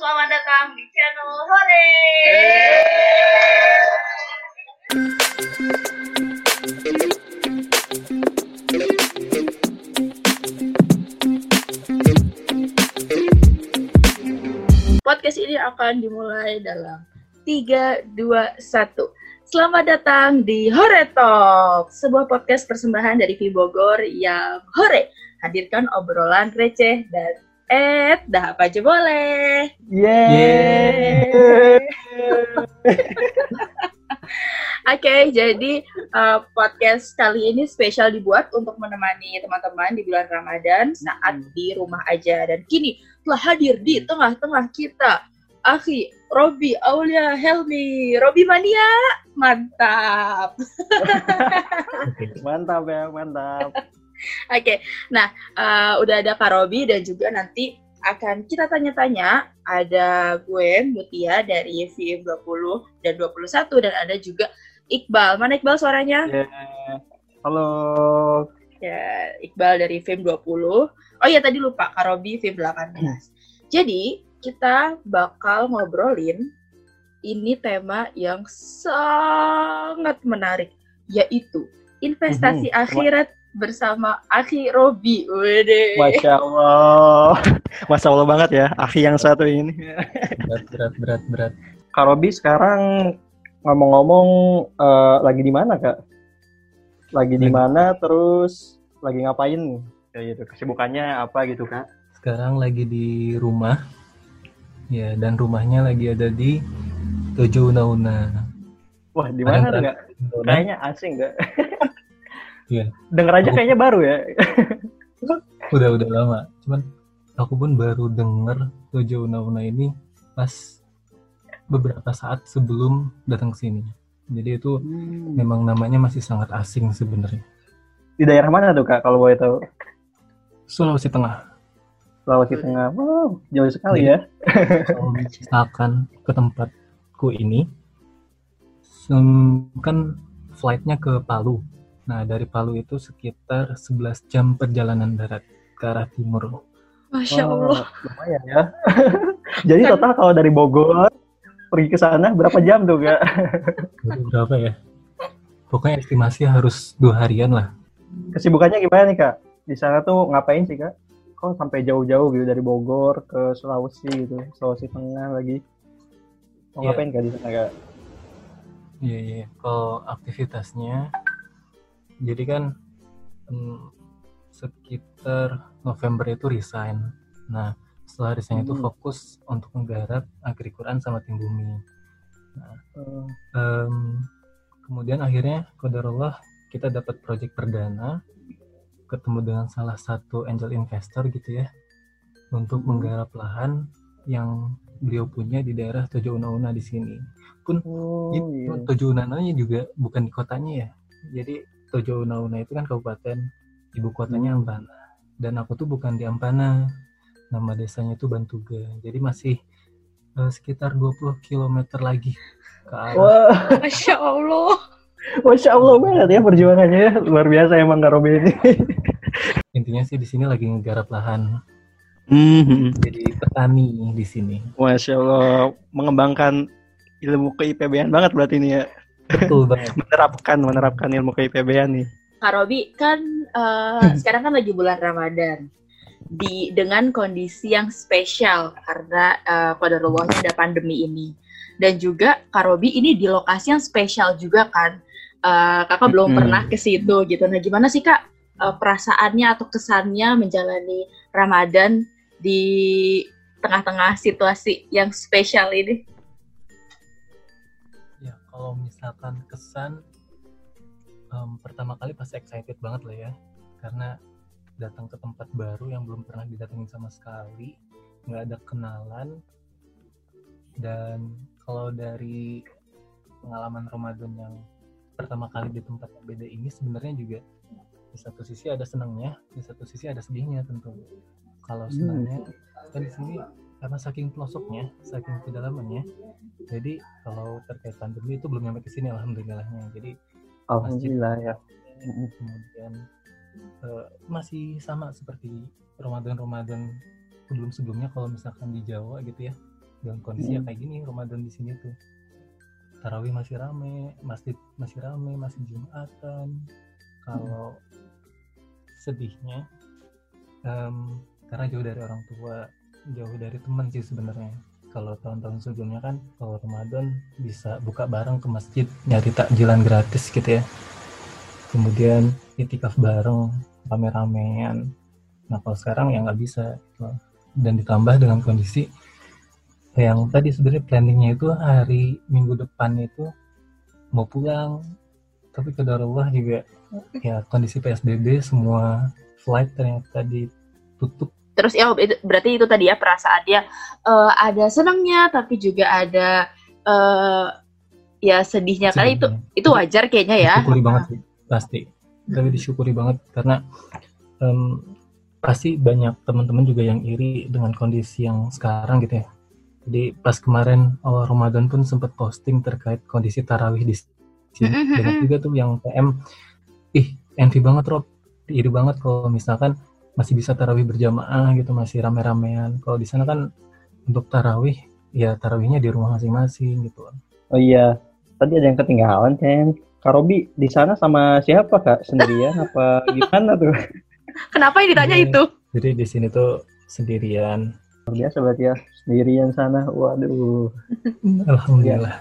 selamat datang di channel Hore. Podcast ini akan dimulai dalam 3, 2, 1. Selamat datang di Hore Talk, sebuah podcast persembahan dari V Bogor yang hore, hadirkan obrolan receh dan dah apa aja boleh. Yeay. Oke, jadi podcast kali ini spesial dibuat untuk menemani teman-teman di bulan Ramadan saat di rumah aja. Dan kini telah hadir di tengah-tengah kita Akhi Robi Aulia Helmi, Robi Mania, mantap. Mantap ya, mantap. Oke, nah udah ada Kak Robi dan juga nanti akan kita tanya-tanya. Ada gue, Mutia dari VM20 dan 21 dan ada juga Iqbal. Mana Iqbal suaranya? Yeah. Halo. Ya, Iqbal dari VM20. Oh iya tadi lupa, Kak Robi VM18. Jadi kita bakal ngobrolin ini tema yang sangat menarik, yaitu investasi akhirat bersama Akhi Robi. Wede. Masya Allah banget ya, Akhi yang satu ini. Berat. Kak Robi sekarang ngomong-ngomong lagi di mana Kak? Lagi di mana, terus lagi ngapain? Kayak gitu, kesibukannya apa gitu Kak? Sekarang lagi di rumah. Ya, dan rumahnya lagi ada di Tojo Una-Una. Wah, di mana tuh Kak? Kayaknya asing Kak. Iya. Denger aja kayaknya baru ya. Udah lama. Cuman aku pun baru denger Tojo Una-Una ini pas beberapa saat sebelum datang ke sini. Jadi itu memang namanya masih sangat asing sebenarnya. Di daerah mana tuh Kak kalau boleh tahu? Sulawesi Tengah. Sulawesi Tengah. Wow, jauh sekali ya. Kalau misalkan ke tempatku ini, kan flightnya ke Palu. Nah, dari Palu itu sekitar 11 jam perjalanan darat ke arah timur. Masya Allah. Lumayan ya. Jadi total kalau dari Bogor pergi ke sana berapa jam tuh Kak? Berapa ya? Pokoknya estimasi harus 2 harian lah. Kesibukannya gimana nih Kak? Di sana tuh ngapain sih Kak? Kok sampai jauh-jauh gitu dari Bogor ke Sulawesi gitu, Sulawesi Tengah lagi. Mau ngapain Kak di sana Kak? Iya. Kalau aktivitasnya, jadi kan sekitar November itu resign. Nah, setelah resign itu fokus untuk menggarap Agri Quran sama Tim Bumi. Nah, kemudian akhirnya qadarullah kita dapat proyek perdana, ketemu dengan salah satu angel investor gitu ya, untuk menggarap lahan yang beliau punya di daerah Tojo Una-Una di sini. Pun Tojo Una-Una juga bukan di kotanya ya. Jadi Tojo Una-Una itu kan kabupaten, ibu kotanya Ampana. Dan aku tuh bukan di Ampana. Nama desanya itu Bantuga. Jadi masih sekitar 20 km lagi ke arah. Masya Allah. Masya Allah banget ya perjuangannya ya. Luar biasa emang Kak Robi ini. Intinya sih di sini lagi ngegarap lahan. Jadi petani di sini. Masya Allah, mengembangkan ilmu ke-IPB-an banget berarti ini ya. Betul banget. menerapkan ilmu ke-IPB-an nih. Kak Robi kan sekarang kan lagi bulan Ramadan. Dengan kondisi yang spesial karena qadarullah ada pandemi ini. Dan juga Kak Robi ini di lokasi yang spesial juga kan. Kakak belum pernah ke situ gitu. Nah, gimana sih Kak perasaannya atau kesannya menjalani Ramadan di tengah-tengah situasi yang spesial ini? Ya, kalau misalkan kesan pertama kali pasti excited banget lah ya. Karena datang ke tempat baru yang belum pernah didatengin sama sekali, nggak ada kenalan. Dan kalau dari pengalaman Ramadan yang pertama kali di tempat yang beda ini, sebenarnya juga di satu sisi ada senangnya, di satu sisi ada sedihnya tentu. Kalau senangnya kan di sini karena saking pelosoknya, saking kedalamannya, jadi kalau terkait pandemi itu belum nyampe ke sini alhamdulillahnya. Jadi alhamdulillah ya. Kemudian masih sama seperti Ramadan sebelum-sebelumnya kalau misalkan di Jawa gitu ya. dengan kondisi kayak gini Ramadan di sini tuh. Tarawih masih rame, masjid masih rame, masih Jumatan. Kalau sedihnya karena jauh dari orang tua, jauh dari teman sih sebenarnya. Kalau tahun-tahun sebelumnya kan kalau Ramadan bisa buka bareng ke masjid, nyari takjilan gratis gitu ya. Kemudian itikaf bareng, rame-ramean. Nah kalau sekarang ya nggak bisa. Dan ditambah dengan kondisi yang tadi sebenarnya planningnya itu hari minggu depan itu mau pulang, tapi qadarullah juga ya kondisi PSBB semua flight ternyata ditutup. Terus ya berarti itu tadi ya perasaannya ada senangnya tapi juga ada ya sedihnya kali itu wajar kayaknya ya. Disyukuri banget sih pasti, tapi disyukuri banget karena pasti banyak teman-teman juga yang iri dengan kondisi yang sekarang gitu ya. Jadi pas kemarin awal Ramadan pun sempat posting terkait kondisi tarawih di sini. Banyak juga tuh yang PM, envy banget Rob, iri banget kalau misalkan masih bisa tarawih berjamaah gitu, masih rame-ramean. Kalau di sana kan untuk tarawih, ya tarawihnya di rumah masing-masing gitu. Oh iya, tadi ada yang ketinggalan kan. Kak Robi di sana sama siapa Kak? Sendirian apa gimana tuh? Kenapa yang ditanya itu? Jadi di sini tuh sendirian. Luar biasa berarti ya, sendirian sana. Waduh. Alhamdulillah.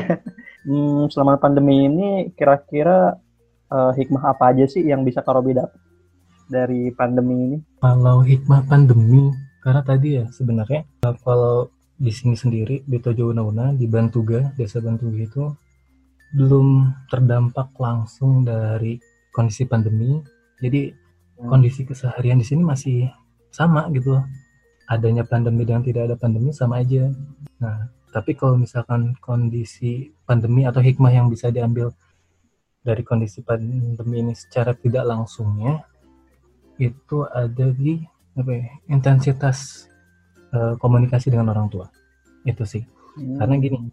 Selama pandemi ini kira-kira hikmah apa aja sih yang bisa Kak Robi dapat dari pandemi ini? Kalau hikmah pandemi, karena tadi ya sebenarnya kalau di sini sendiri di Tojo Una-Una di Bantuga, desa Bantuga itu belum terdampak langsung dari kondisi pandemi. Jadi kondisi keseharian di sini masih sama gitu. Adanya pandemi dan tidak ada pandemi sama aja. Nah, tapi kalau misalkan kondisi pandemi atau hikmah yang bisa diambil dari kondisi pandemi ini secara tidak langsungnya itu ada di intensitas komunikasi dengan orang tua. Itu sih. Karena gini,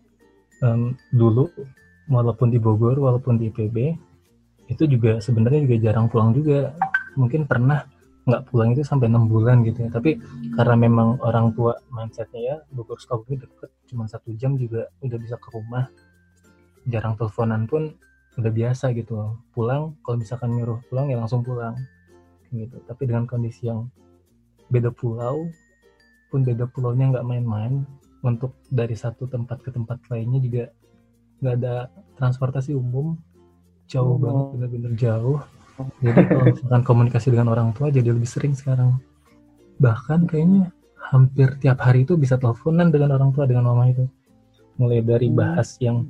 dulu walaupun di Bogor, walaupun di IPB itu juga sebenarnya juga jarang pulang juga. Mungkin pernah nggak pulang itu sampai 6 bulan gitu ya, tapi karena memang orang tua mindsetnya ya Bogor Sukabumi deket, cuma 1 jam juga udah bisa ke rumah, jarang teleponan pun udah biasa gitu. Pulang kalau misalkan nyuruh pulang ya langsung pulang gitu. Tapi dengan kondisi yang beda pulau pun beda pulaunya nggak main-main, untuk dari satu tempat ke tempat lainnya juga nggak ada transportasi umum, jauh banget, bener-bener jauh. Jadi kalau misalkan komunikasi dengan orang tua jadi lebih sering sekarang. Bahkan kayaknya hampir tiap hari itu bisa teleponan dengan orang tua, dengan mama itu. Mulai dari bahas yang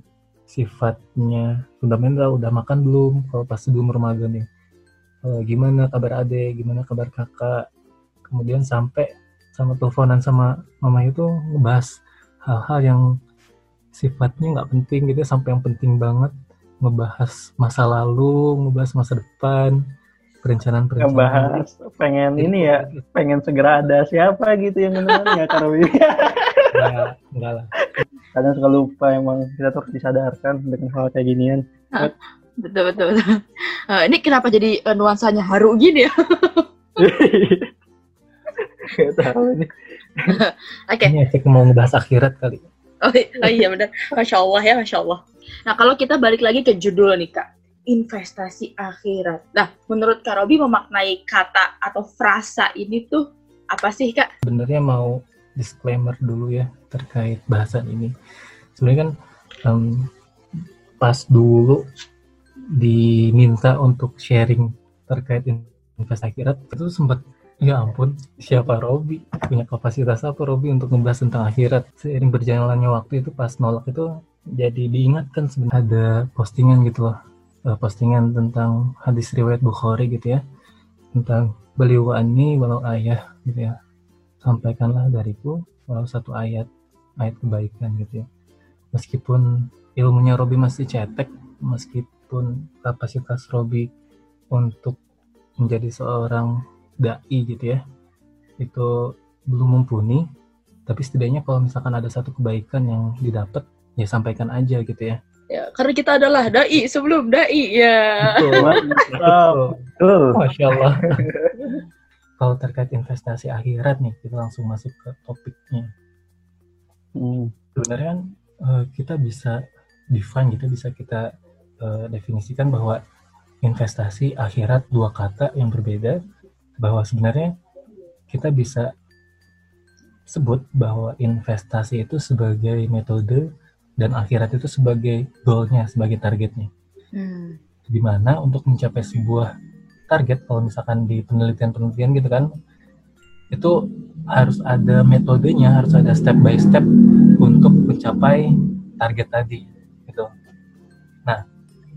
sifatnya fundamental, udah makan belum, kalau pas sebelum Ramadan nih. Gimana kabar adek, gimana kabar kakak. Kemudian sampai sama teleponan sama mama itu ngebahas hal-hal yang sifatnya nggak penting gitu, sampai yang penting banget. Ngebahas masa lalu, ngebahas masa depan, perencanaan-perencanaan. Ngebahas pengen jadi, ini ya, pengen segera ada siapa gitu yang menemani ya Kak Robi. Enggak lah. Kadang suka lupa, emang kita tuh disadarkan dengan hal kayak ginian. Betul. Ini kenapa jadi nuansanya haru gini ya? Gak tahu ini. Oke. Ini efek mau ngebahas akhirat kali. Oh iya benar. Masya Allah ya, Masya Allah. Nah kalau kita balik lagi ke judul nih Kak, investasi akhirat. Nah menurut Kak Robi memaknai kata atau frasa ini tuh apa sih Kak? Sebenarnya mau disclaimer dulu ya terkait bahasan ini. Sebenarnya kan pas dulu diminta untuk sharing terkait investasi akhirat itu sempat, ya ampun, siapa Robi? Punya kapasitas apa Robi untuk membahas tentang akhirat? Seiring berjalannya waktu itu pas nolak itu jadi diingatkan sebenarnya ada postingan gitu loh. Postingan tentang hadis riwayat Bukhari gitu ya. Tentang beliau ani walau ayah gitu ya. Sampaikanlah dariku walau satu ayat kebaikan gitu ya. Meskipun ilmunya Robi masih cetek, meskipun kapasitas Robi untuk menjadi seorang dai gitu ya itu belum mumpuni, tapi setidaknya kalau misalkan ada satu kebaikan yang didapat ya sampaikan aja gitu ya. Ya karena kita adalah dai sebelum dai ya. Betul. Masya Allah. Kalau terkait investasi akhirat nih, kita langsung masuk ke topiknya. Sebenarnya kan kita bisa define gitu, bisa kita definisikan bahwa investasi, akhirat, dua kata yang berbeda, bahwa sebenarnya kita bisa sebut bahwa investasi itu sebagai metode dan akhirat itu sebagai goalnya, sebagai targetnya. Dimana untuk mencapai sebuah target, kalau misalkan di penelitian gitu kan, itu harus ada metodenya, harus ada step by step untuk mencapai target tadi gitu. Nah,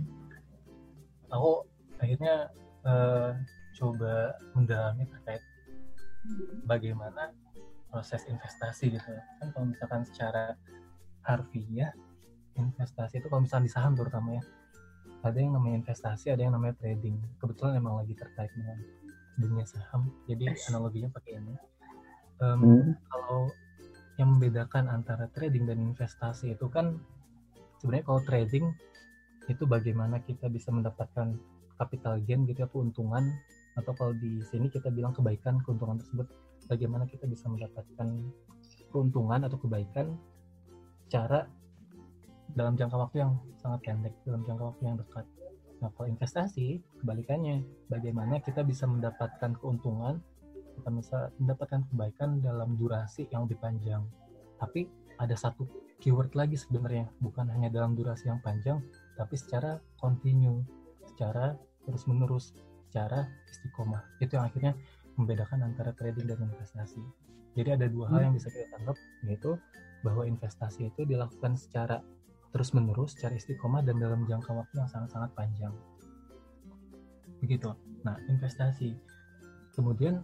aku akhirnya coba mendalami terkait bagaimana proses investasi gitu. Kan kalau misalkan secara harfiah, investasi itu kalau misalkan di saham terutama ya, ada yang namanya investasi, ada yang namanya trading. Kebetulan emang lagi terkait dengan dunia saham, jadi analoginya pakai ini. Kalau yang membedakan antara trading dan investasi itu kan sebenarnya kalau trading itu bagaimana kita bisa mendapatkan capital gain gitu ya, keuntungan, atau kalau di sini kita bilang kebaikan, keuntungan tersebut bagaimana kita bisa mendapatkan keuntungan atau kebaikan secara dalam jangka waktu yang sangat pendek, dalam jangka waktu yang dekat. Nah, kalau investasi kebalikannya, bagaimana kita bisa mendapatkan keuntungan, kita bisa mendapatkan kebaikan dalam durasi yang lebih panjang. Tapi ada satu keyword lagi sebenarnya, bukan hanya dalam durasi yang panjang, tapi secara continue, secara terus-menerus, secara istiqomah. Itu yang akhirnya membedakan antara trading dan investasi. Jadi ada dua hal yang bisa kita tangkap, yaitu bahwa investasi itu dilakukan secara terus-menerus, secara istiqomah, dan dalam jangka waktu yang sangat-sangat panjang. Begitu. Nah, investasi. Kemudian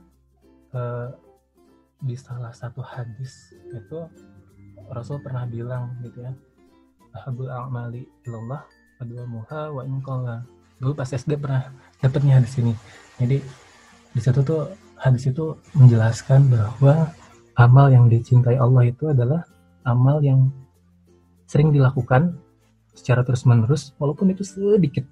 di salah satu hadis itu Rasul pernah bilang gitu ya, ahabul a'mali ilallah adwamuha wa in qalla. Dulu pas SD pernah dapatnya hadis ini. Jadi di situ tuh hadis itu menjelaskan bahwa amal yang dicintai Allah itu adalah amal yang sering dilakukan secara terus-menerus walaupun itu sedikit.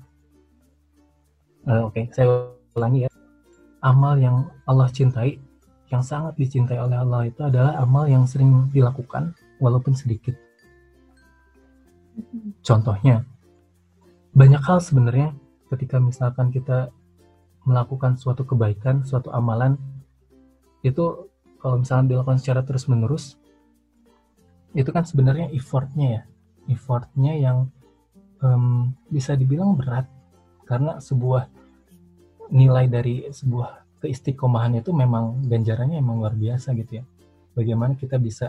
Oke, saya ulangi ya. Amal yang Allah cintai, yang sangat dicintai oleh Allah itu adalah amal yang sering dilakukan walaupun sedikit. Contohnya, banyak hal sebenarnya ketika misalkan kita melakukan suatu kebaikan, suatu amalan, itu kalau misalkan dilakukan secara terus-menerus, itu kan sebenarnya effortnya yang bisa dibilang berat, karena sebuah nilai dari sebuah keistiqomahan itu memang ganjarannya emang luar biasa gitu ya. Bagaimana kita bisa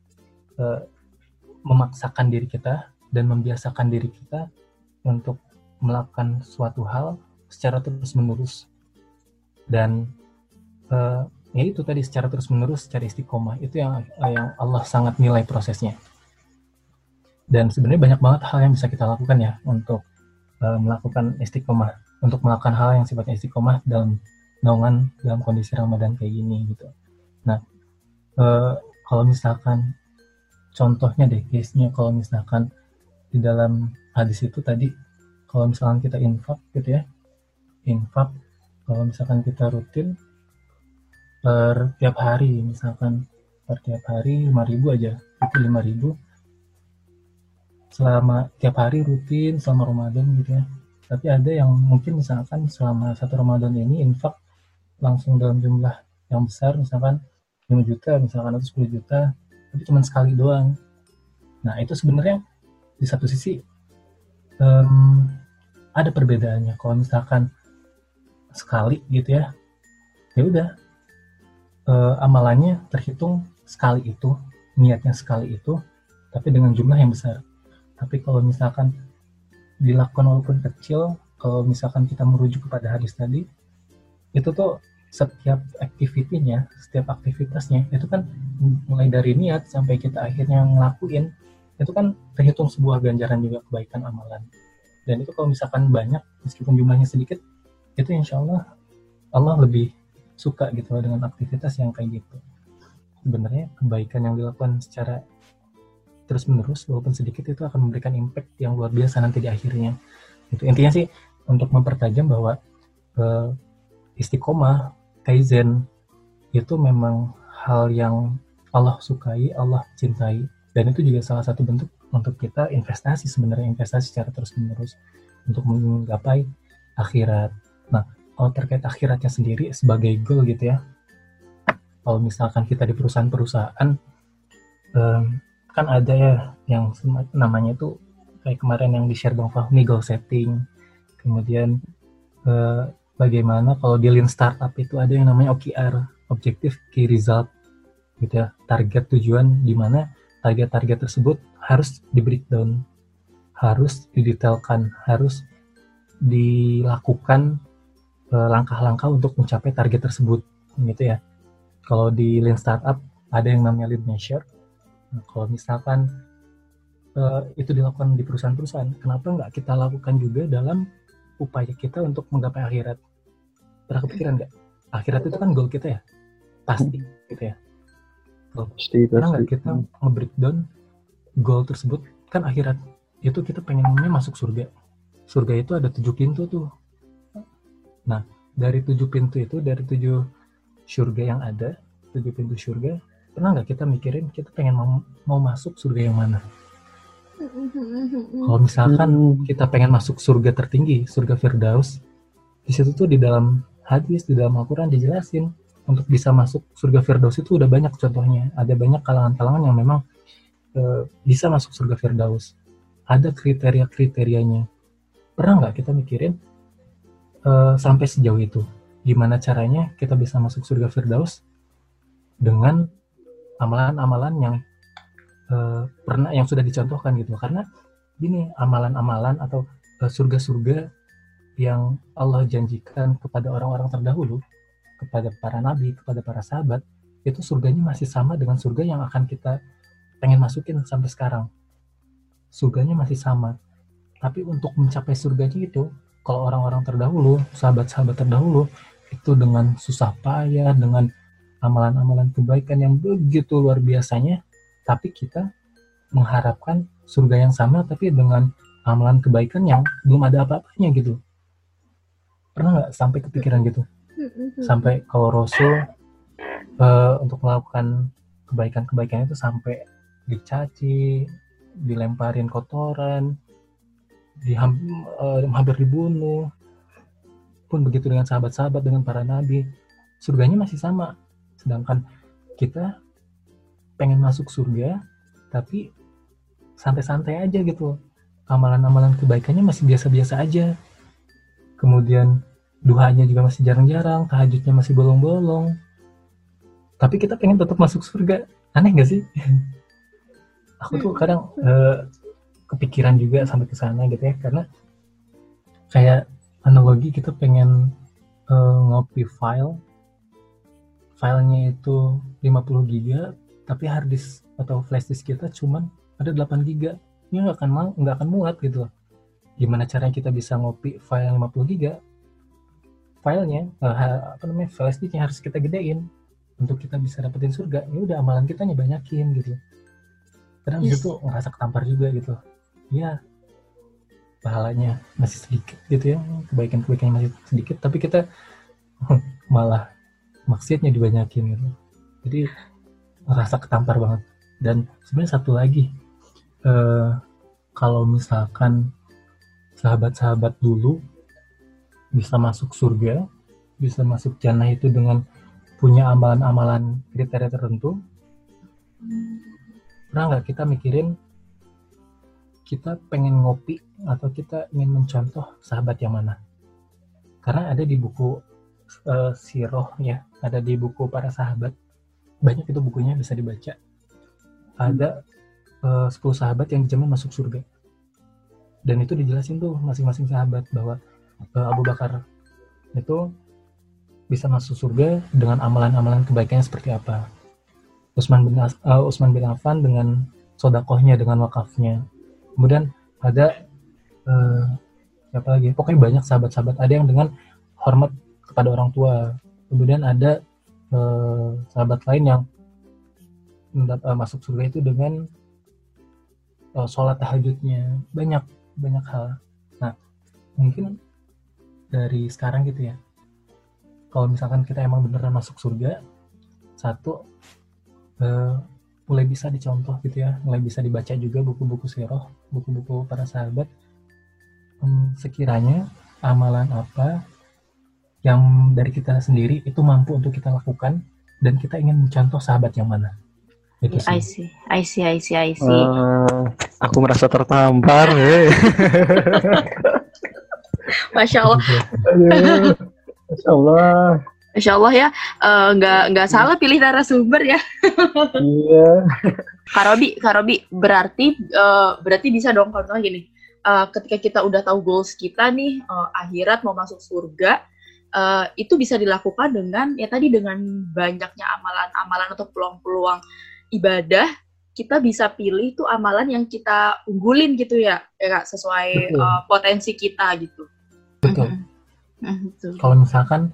memaksakan diri kita dan membiasakan diri kita untuk melakukan suatu hal secara terus-menerus, dan ya itu tadi secara terus-menerus, secara istiqomah, itu yang Allah sangat nilai prosesnya. Dan sebenarnya banyak banget hal yang bisa kita lakukan ya untuk melakukan istiqomah, untuk melakukan hal yang sifatnya istiqomah dalam naungan dalam kondisi Ramadan kayak gini gitu. Nah, kalau misalkan contohnya deh, case-nya, kalau misalkan di dalam hadis itu tadi, kalau misalkan kita infak gitu ya, kalau misalkan kita rutin per tiap hari, misalkan per tiap hari 5.000 aja, itu 5.000 selama tiap hari rutin selama Ramadan gitu ya. Tapi ada yang mungkin misalkan selama satu Ramadan ini infak langsung dalam jumlah yang besar, misalkan 5 juta misalkan, atau 10 juta, tapi cuma sekali doang. Nah, itu sebenarnya di satu sisi ada perbedaannya. Kalau misalkan sekali gitu ya, ya udah amalannya terhitung sekali itu, niatnya sekali itu, tapi dengan jumlah yang besar. Tapi kalau misalkan dilakukan walaupun kecil, kalau misalkan kita merujuk kepada hadis tadi, itu tuh setiap aktivitinya, setiap aktivitasnya itu kan mulai dari niat sampai kita akhirnya ngelakuin, itu kan terhitung sebuah ganjaran juga, kebaikan amalan. Dan itu kalau misalkan banyak, meskipun jumlahnya sedikit, itu insya Allah lebih suka gitu dengan aktivitas yang kayak gitu. Sebenarnya kebaikan yang dilakukan secara terus-menerus walaupun sedikit itu akan memberikan impact yang luar biasa nanti di akhirnya. Itu intinya sih, untuk mempertajam bahwa istiqomah, kaizen itu memang hal yang Allah sukai, Allah cintai, Dan itu juga salah satu bentuk untuk kita investasi sebenarnya, investasi secara terus-menerus untuk menggapai akhirat. Nah, kalau terkait akhiratnya sendiri sebagai goal gitu ya, kalau misalkan kita di perusahaan-perusahaan, kan ada ya yang namanya itu kayak kemarin yang di-share Bang Fahmi, goal setting. Kemudian bagaimana kalau di Lean Startup itu ada yang namanya OKR, Objective Key Result, gitu ya, target tujuan, di mana target-target tersebut harus di breakdown, harus didetailkan, harus dilakukan langkah-langkah untuk mencapai target tersebut, gitu ya. Kalau di Lean Startup ada yang namanya Lean Measure. Nah, kalau misalkan itu dilakukan di perusahaan-perusahaan, kenapa nggak kita lakukan juga dalam upaya kita untuk menggapai akhirat? Pernah kepikiran nggak? Akhirat itu kan goal kita ya, pasti gitu ya. Pernah nggak kita nge-breakdown goal tersebut? Kan akhirat itu kita pengennya masuk surga. Surga itu ada 7 pintu tuh. Nah, dari 7 pintu itu, dari 7 surga yang ada, 7 pintu surga, pernah nggak kita mikirin kita pengen mau masuk surga yang mana? Kalau misalkan kita pengen masuk surga tertinggi, surga Firdaus, di situ tuh di dalam hadis, di dalam Al-Quran dijelasin untuk bisa masuk surga Firdaus itu udah banyak contohnya. Ada banyak kalangan-kalangan yang memang bisa masuk surga Firdaus. Ada kriteria-kriterianya. Pernah nggak kita mikirin sampai sejauh itu? Gimana caranya kita bisa masuk surga Firdaus dengan amalan-amalan yang pernah yang sudah dicontohkan gitu. Karena gini, amalan-amalan atau surga-surga yang Allah janjikan kepada orang-orang terdahulu, kepada para nabi, kepada para sahabat, itu surganya masih sama dengan surga yang akan kita pengen masukin sampai sekarang. Surganya masih sama. Tapi untuk mencapai surganya itu, kalau orang-orang terdahulu, sahabat-sahabat terdahulu, itu dengan susah payah, dengan amalan-amalan kebaikan yang begitu luar biasanya, tapi kita mengharapkan surga yang sama, tapi dengan amalan kebaikan yang belum ada apa-apanya gitu. Pernah nggak sampai kepikiran gitu? Sampai kalau Rasul untuk melakukan kebaikan-kebaikan itu sampai dicaci, dilemparin kotoran, hampir dibunuh. Pun begitu dengan sahabat-sahabat, dengan para nabi, surganya masih sama. Sedangkan kita pengen masuk surga, tapi santai-santai aja gitu. Amalan-amalan kebaikannya masih biasa-biasa aja. Kemudian duhanya juga masih jarang-jarang, tahajudnya masih bolong-bolong. Tapi kita pengen tetap masuk surga. Aneh gak sih? Aku tuh kadang kepikiran juga sampai ke sana gitu ya, karena kayak analogi kita pengen ngopi filenya itu 50 giga, tapi hard disk atau flash disk kita cuman ada 8 giga. Ini nggak akan muat gitu. Gimana caranya kita bisa ngopi file 50 giga? Filenya, flash disknya harus kita gedein untuk kita bisa dapetin surga. Ya udah, amalan kita banyakin gitu. Kadang itu ngerasa ketampar juga gitu. Ya, pahalanya masih sedikit gitu ya, kebaikan-kebaikannya masih sedikit, tapi kita malah maksiatnya dibanyakin gitu. Jadi ngerasa ketampar banget. Dan sebenarnya satu lagi, kalau misalkan sahabat-sahabat dulu bisa masuk surga, bisa masuk jannah itu dengan punya amalan-amalan kriteria tertentu, pernah nggak kita mikirin kita pengen ngopi atau kita ingin mencontoh sahabat yang mana? Karena ada di buku Siroh ya, ada di buku para sahabat, banyak itu bukunya bisa dibaca. Ada 10 sahabat yang dijamin masuk surga. Dan itu dijelasin tuh masing-masing sahabat bahwa Abu Bakar itu bisa masuk surga dengan amalan-amalan kebaikannya seperti apa. Utsman bin Affan dengan sodakohnya, dengan wakafnya. Kemudian ada siapa lagi? Pokoknya banyak sahabat-sahabat. Ada yang dengan hormat kepada orang tua. Kemudian ada sahabat lain yang masuk surga itu dengan sholat tahajudnya. Banyak hal. Nah, mungkin dari sekarang gitu ya, kalau misalkan kita emang beneran masuk surga, satu, mulai bisa dicontoh gitu ya, mulai bisa dibaca juga buku-buku sirah, buku-buku para sahabat. Sekiranya amalan apa yang dari kita sendiri itu mampu untuk kita lakukan dan kita ingin mencontoh sahabat yang mana. Itu I sih. see. Aku merasa tertampar. Masya Allah. Masya Allah. Masya Allah ya, nggak salah pilih narasumber ya. Iya. Kak Robi, berarti bisa dong kalau gini. Ketika kita udah tahu goals kita nih, akhirat mau masuk surga, itu bisa dilakukan dengan banyaknya amalan-amalan atau peluang-peluang ibadah. Kita bisa pilih tuh amalan yang kita unggulin gitu ya Kak, sesuai potensi kita gitu. Betul. Kalau misalkan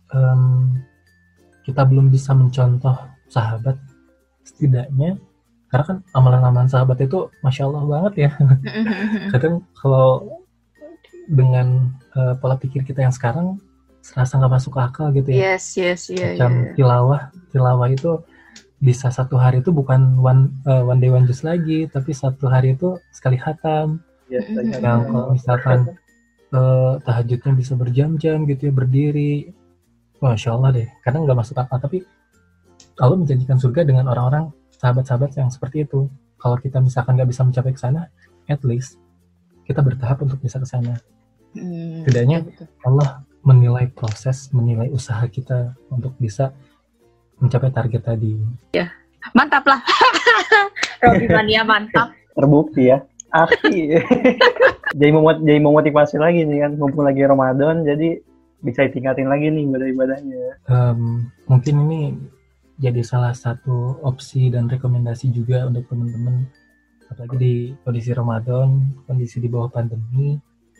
kita belum bisa mencontoh sahabat, setidaknya karena kan amalan-amalan sahabat itu Masya Allah banget ya. Kadang kalau dengan pola pikir kita yang sekarang serasa nggak masuk akal gitu ya. Yes. Macam tilawah itu bisa satu hari itu bukan one day one juice lagi, tapi satu hari itu sekali khatam. Yang kalau misalkan tahajudnya bisa berjam-jam gitu ya, berdiri, Masya Allah deh, kadang nggak masuk akal. Tapi Allah menjanjikan surga dengan orang-orang sahabat-sahabat yang seperti itu. Kalau kita misalkan nggak bisa mencapai ke sana, at least kita bertahap untuk bisa ke sana. Setidaknya Allah menilai proses, menilai usaha kita untuk bisa mencapai target tadi. Ya, mantap lah. Robi Mania mantap. Terbukti ya. Jadi memotivasi lagi nih kan, mumpung lagi Ramadan, jadi bisa ditingkatin lagi nih ibadah-ibadahnya. Mungkin ini jadi salah satu opsi dan rekomendasi juga untuk teman-teman, apalagi di kondisi Ramadan, kondisi di bawah pandemi.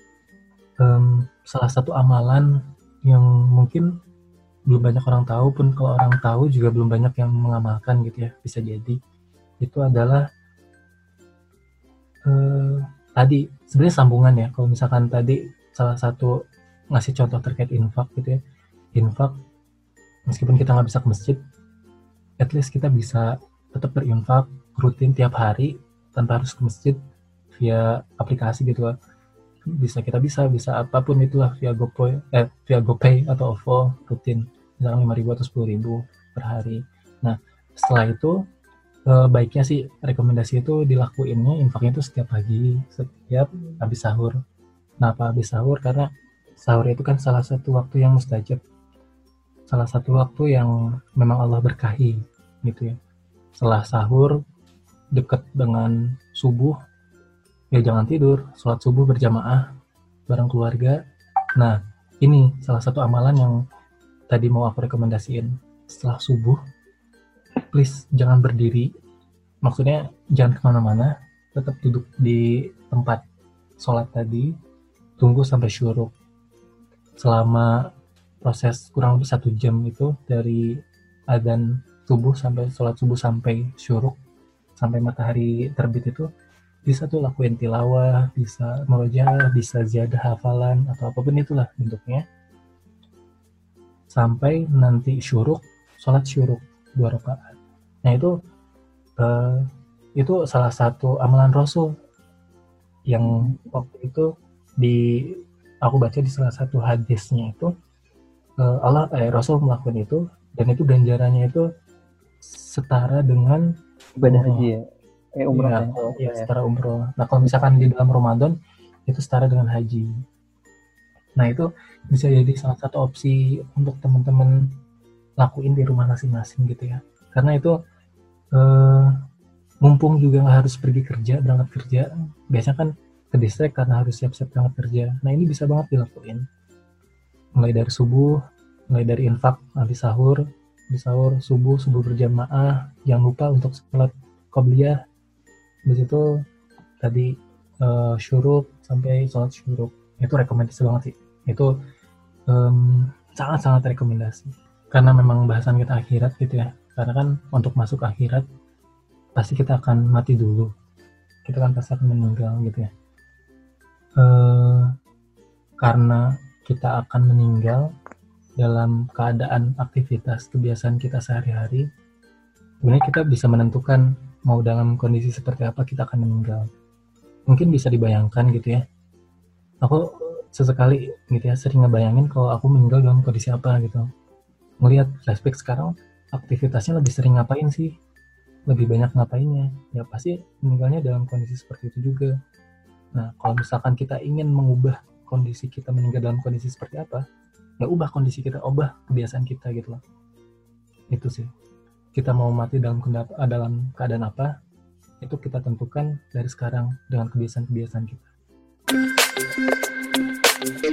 Salah satu amalan yang mungkin belum banyak orang tahu, pun kalau orang tahu juga belum banyak yang mengamalkan gitu ya, bisa jadi itu adalah tadi sebenarnya sambungan ya. Kalau misalkan tadi salah satu ngasih contoh terkait infak gitu ya, infak meskipun kita nggak bisa ke masjid, at least kita bisa tetap berinfak rutin tiap hari tanpa harus ke masjid via aplikasi gitu lah. Bisa apapun itulah, via GoPay atau OVO rutin, misalnya 5.000 atau 10.000 per hari. Nah setelah itu baiknya sih rekomendasi itu dilakuinnya infaknya itu setiap pagi, setiap habis sahur. Kenapa habis sahur? Karena sahur itu kan salah satu waktu yang mustajab, salah satu waktu yang memang Allah berkahi gitu ya. Setelah sahur dekat dengan subuh, ya jangan tidur, sholat subuh berjamaah bareng keluarga. Nah ini salah satu amalan yang tadi mau aku rekomendasiin. Setelah subuh, please jangan berdiri, maksudnya jangan kemana-mana, tetap duduk di tempat sholat tadi, tunggu sampai syuruk. Selama proses kurang lebih 1 jam itu, dari adzan subuh sampai sholat subuh sampai syuruk, sampai matahari terbit, itu bisa tuh lakuin tilawah, bisa murojaah, bisa ziyadah hafalan atau apapun itulah bentuknya, sampai nanti syuruk, sholat syuruk 2 rakaat. Nah itu salah satu amalan Rasul yang waktu itu aku baca di salah satu hadisnya itu, Rasul melakukan itu, dan itu ganjarannya itu setara dengan ibadah haji ya. Umroh ya, setara umroh. Nah kalau misalkan di dalam Ramadan itu setara dengan haji. Nah itu bisa jadi salah satu opsi untuk teman-teman lakuin di rumah masing-masing gitu ya. Karena itu mumpung juga nggak harus pergi berangkat kerja. Biasanya kan ke distrik karena harus siap-siap berangkat kerja. Nah ini bisa banget dilakuin. Mulai dari subuh, mulai dari infak, habis sahur, subuh berjamaah. Jangan lupa untuk sholat qobliyah. Habis itu tadi syuruk sampai sholat syuruk. Itu rekomendasi banget sih. Itu sangat-sangat rekomendasi. Karena memang bahasan kita akhirat gitu ya. Karena kan untuk masuk akhirat pasti kita akan mati dulu. Kita kan pasti akan meninggal gitu ya. Karena kita akan meninggal dalam keadaan aktivitas kebiasaan kita sehari-hari, sebenarnya kita bisa menentukan mau dalam kondisi seperti apa kita akan meninggal. Mungkin bisa dibayangkan gitu ya. Aku sesekali gitu ya sering ngebayangin kalau aku meninggal dalam kondisi apa gitu. Ngelihat flashback sekarang, aktivitasnya lebih sering ngapain sih? Lebih banyak ngapainnya? Ya pasti meninggalnya dalam kondisi seperti itu juga. Nah, kalau misalkan kita ingin mengubah kondisi kita meninggal dalam kondisi seperti apa, ya ubah kondisi kita, ubah kebiasaan kita gitu loh. Itu sih. Kita mau mati dalam keadaan apa, itu kita tentukan dari sekarang dengan kebiasaan-kebiasaan kita.